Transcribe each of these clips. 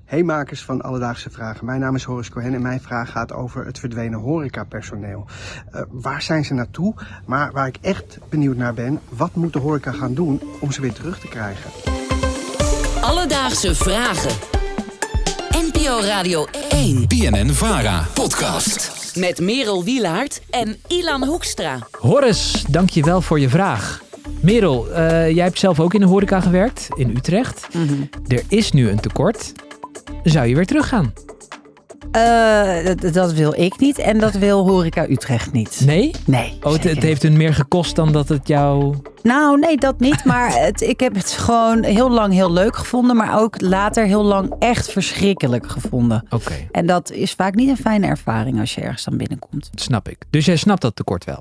Hey makers van Alledaagse Vragen, mijn naam is Horace Cohen en mijn vraag gaat over het verdwenen horecapersoneel. Waar zijn ze naartoe? Maar waar ik echt benieuwd naar ben, wat moet de horeca gaan doen om ze weer terug te krijgen? Alledaagse Vragen. NPO Radio 1. BNN-Vara podcast. Met Merel Wielaert en Ilan Hoekstra. Horace, dank je wel voor je vraag. Merel, jij hebt zelf ook in de horeca gewerkt, in Utrecht. Mm-hmm. Er is nu een tekort. Zou je weer teruggaan? Dat wil ik niet en dat wil Horeca Utrecht niet. Nee? Nee. Oh, het heeft hun meer gekost dan dat het jou... Nou, nee, dat niet. Maar ik heb het gewoon heel lang heel leuk gevonden. Maar ook later heel lang echt verschrikkelijk gevonden. Oké. En dat is vaak niet een fijne ervaring als je ergens dan binnenkomt. Dat snap ik. Dus jij snapt dat tekort wel?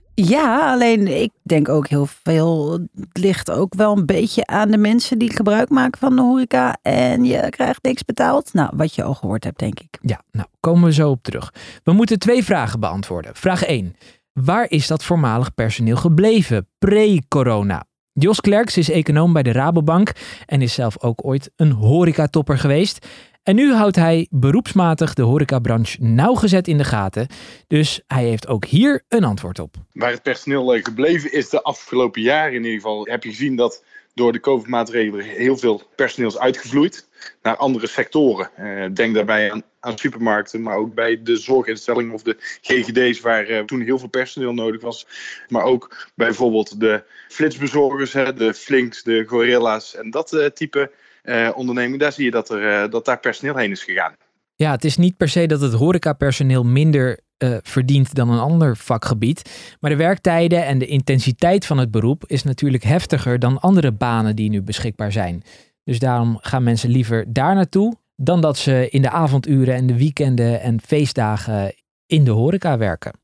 Ja, alleen ik denk ook heel veel. Het ligt ook wel een beetje aan de mensen die gebruik maken van de horeca. En je krijgt niks betaald. Nou, wat je al gehoord hebt, denk ik. Ja, nou, komen we zo op terug. We moeten 2 vragen beantwoorden. Vraag 1. Waar is dat voormalig personeel gebleven, pre-corona? Jos Klerks is econoom bij de Rabobank en is zelf ook ooit een horecatopper geweest. En nu houdt hij beroepsmatig de horecabranche nauwgezet in de gaten. Dus hij heeft ook hier een antwoord op. Waar het personeel gebleven is de afgelopen jaren in ieder geval, heb je gezien dat door de COVID-maatregelen heel veel personeel is uitgevloeid naar andere sectoren. Denk daarbij aan supermarkten, maar ook bij de zorginstellingen of de GGD's waar toen heel veel personeel nodig was. Maar ook bijvoorbeeld de flitsbezorgers, de Flinks, de Gorilla's en dat type onderneming. Daar zie je dat daar personeel heen is gegaan. Ja, het is niet per se dat het horecapersoneel minder verdient dan een ander vakgebied. Maar de werktijden en de intensiteit van het beroep is natuurlijk heftiger dan andere banen die nu beschikbaar zijn. Dus daarom gaan mensen liever daar naartoe dan dat ze in de avonduren en de weekenden en feestdagen in de horeca werken.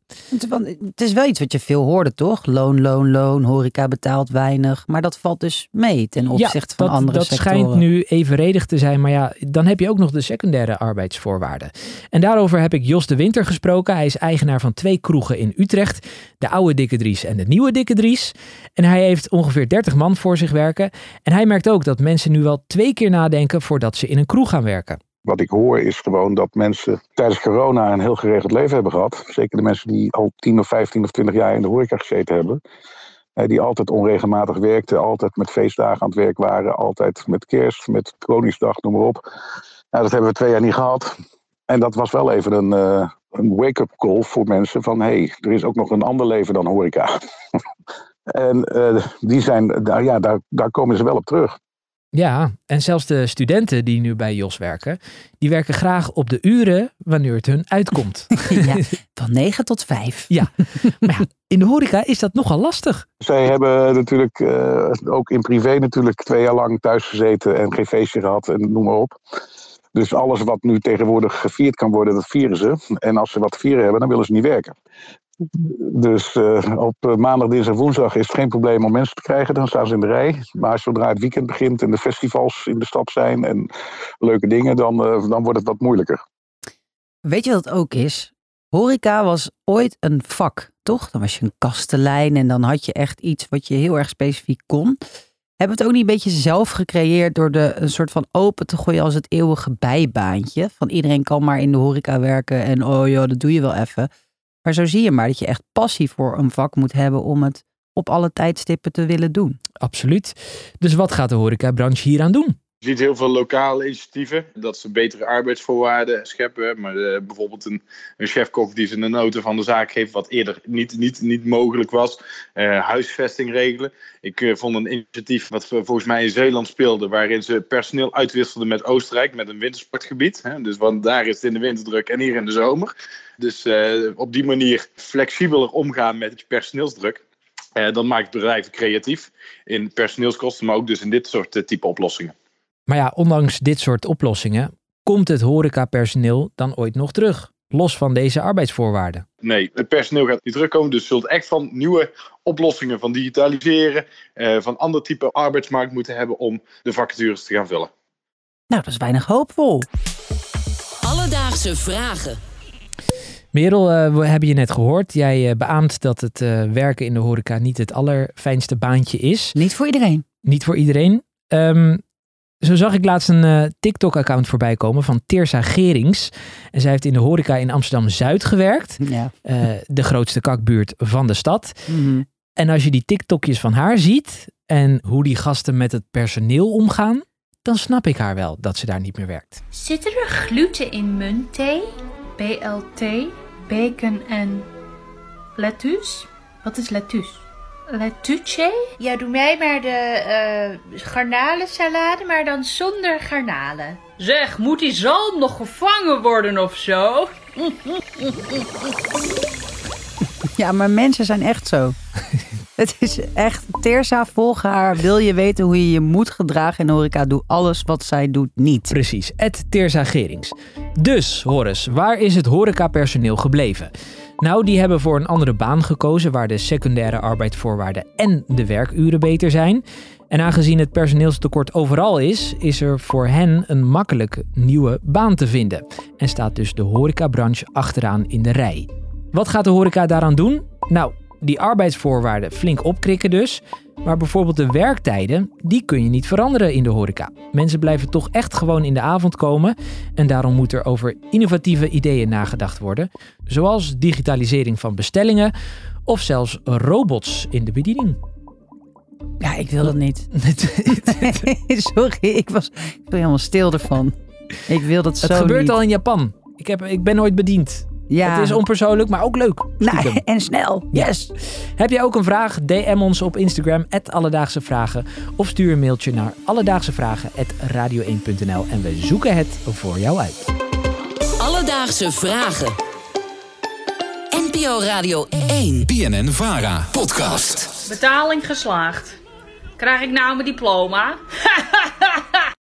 Het is wel iets wat je veel hoorde, toch? Loon, horeca betaalt weinig. Maar dat valt dus mee ten opzichte van andere sectoren. Dat schijnt nu evenredig te zijn. Maar ja, dan heb je ook nog de secundaire arbeidsvoorwaarden. En daarover heb ik Jos de Winter gesproken. Hij is eigenaar van 2 kroegen in Utrecht. De Oude Dikke Dries en de Nieuwe Dikke Dries. En hij heeft ongeveer 30 man voor zich werken. En hij merkt ook dat mensen nu wel 2 keer nadenken voordat ze in een kroeg gaan werken. Wat ik hoor is gewoon dat mensen tijdens corona een heel geregeld leven hebben gehad. Zeker de mensen die al 10 of 15 of 20 jaar in de horeca gezeten hebben. Die altijd onregelmatig werkten, altijd met feestdagen aan het werk waren. Altijd met kerst, met Koningsdag, noem maar op. Nou, dat hebben we 2 jaar niet gehad. En dat was wel even een wake-up call voor mensen van hey, er is ook nog een ander leven dan horeca. En die zijn, daar komen ze wel op terug. Ja, en zelfs de studenten die nu bij Jos werken, die werken graag op de uren wanneer het hun uitkomt. Ja, van 9 tot 5. Ja, maar ja, in de horeca is dat nogal lastig. Zij hebben natuurlijk ook in privé natuurlijk 2 jaar lang thuis gezeten en geen feestje gehad en noem maar op. Dus alles wat nu tegenwoordig gevierd kan worden, dat vieren ze. En als ze wat vieren hebben, dan willen ze niet werken. Dus op maandag, dinsdag en woensdag is het geen probleem om mensen te krijgen. Dan staan ze in de rij. Maar zodra het weekend begint en de festivals in de stad zijn en leuke dingen, dan wordt het wat moeilijker. Weet je wat het ook is? Horeca was ooit een vak, toch? Dan was je een kastelein en dan had je echt iets wat je heel erg specifiek kon. Hebben we het ook niet een beetje zelf gecreëerd door een soort van open te gooien als het eeuwige bijbaantje? Van iedereen kan maar in de horeca werken en oh joh, dat doe je wel even. Maar zo zie je maar dat je echt passie voor een vak moet hebben om het op alle tijdstippen te willen doen. Absoluut. Dus wat gaat de horecabranche hier aan doen? Je ziet heel veel lokale initiatieven, dat ze betere arbeidsvoorwaarden scheppen. Maar bijvoorbeeld een chefkok die ze een auto van de zaak geeft, wat eerder niet mogelijk was. Huisvesting regelen. Ik vond een initiatief wat volgens mij in Zeeland speelde, waarin ze personeel uitwisselden met Oostenrijk, met een wintersportgebied. Dus want daar is het in de winter druk en hier in de zomer. Dus op die manier flexibeler omgaan met het personeelsdruk. Dan maakt bedrijven creatief in personeelskosten, maar ook dus in dit soort type oplossingen. Maar ja, ondanks dit soort oplossingen komt het horecapersoneel dan ooit nog terug, los van deze arbeidsvoorwaarden? Nee, het personeel gaat niet terugkomen, dus zult echt van nieuwe oplossingen van digitaliseren, van ander type arbeidsmarkt moeten hebben om de vacatures te gaan vullen. Nou, dat is weinig hoopvol. Alledaagse Vragen. Merel, we hebben je net gehoord. Jij beaamt dat het werken in de horeca niet het allerfijnste baantje is. Niet voor iedereen. Niet voor iedereen. Zo zag ik laatst een TikTok-account voorbij komen van Teersa Gerings. En zij heeft in de horeca in Amsterdam-Zuid gewerkt. Ja. De grootste kakbuurt van de stad. Mhm. En als je die TikTokjes van haar ziet en hoe die gasten met het personeel omgaan, dan snap ik haar wel dat ze daar niet meer werkt. Zit er gluten in muntthee, BLT, bacon en lettuce? Wat is lettuce? Lettuce? Ja, doe mij maar de garnalensalade, maar dan zonder garnalen. Zeg, moet die zalm nog gevangen worden of zo? Ja, maar mensen zijn echt zo. Het is echt, Teersa, volg haar. Wil je weten hoe je je moet gedragen in de horeca? Doe alles wat zij doet niet. Precies, Teersa Gerings. Dus, Horus, waar is het horecapersoneel gebleven? Nou, die hebben voor een andere baan gekozen waar de secundaire arbeidsvoorwaarden en de werkuren beter zijn. En aangezien het personeelstekort overal is er voor hen een makkelijk nieuwe baan te vinden. En staat dus de horecabranche achteraan in de rij. Wat gaat de horeca daaraan doen? Nou, die arbeidsvoorwaarden flink opkrikken dus. Maar bijvoorbeeld de werktijden, die kun je niet veranderen in de horeca. Mensen blijven toch echt gewoon in de avond komen. En daarom moet er over innovatieve ideeën nagedacht worden. Zoals digitalisering van bestellingen of zelfs robots in de bediening. Ja, ik wil dat niet. Sorry, ik was helemaal stil ervan. Ik wil dat zo Het gebeurt niet. al in Japan. Ik ben nooit bediend. Ja. Het is onpersoonlijk, maar ook leuk. Nou, en snel. Yes. Heb jij ook een vraag? DM ons op Instagram @Alledaagse Vragen. Of stuur een mailtje naar alledaagsevragen@radio1.nl. En we zoeken het voor jou uit. Alledaagse Vragen. NPO Radio 1. BNN-VARA podcast. Betaling geslaagd. Krijg ik nou mijn diploma?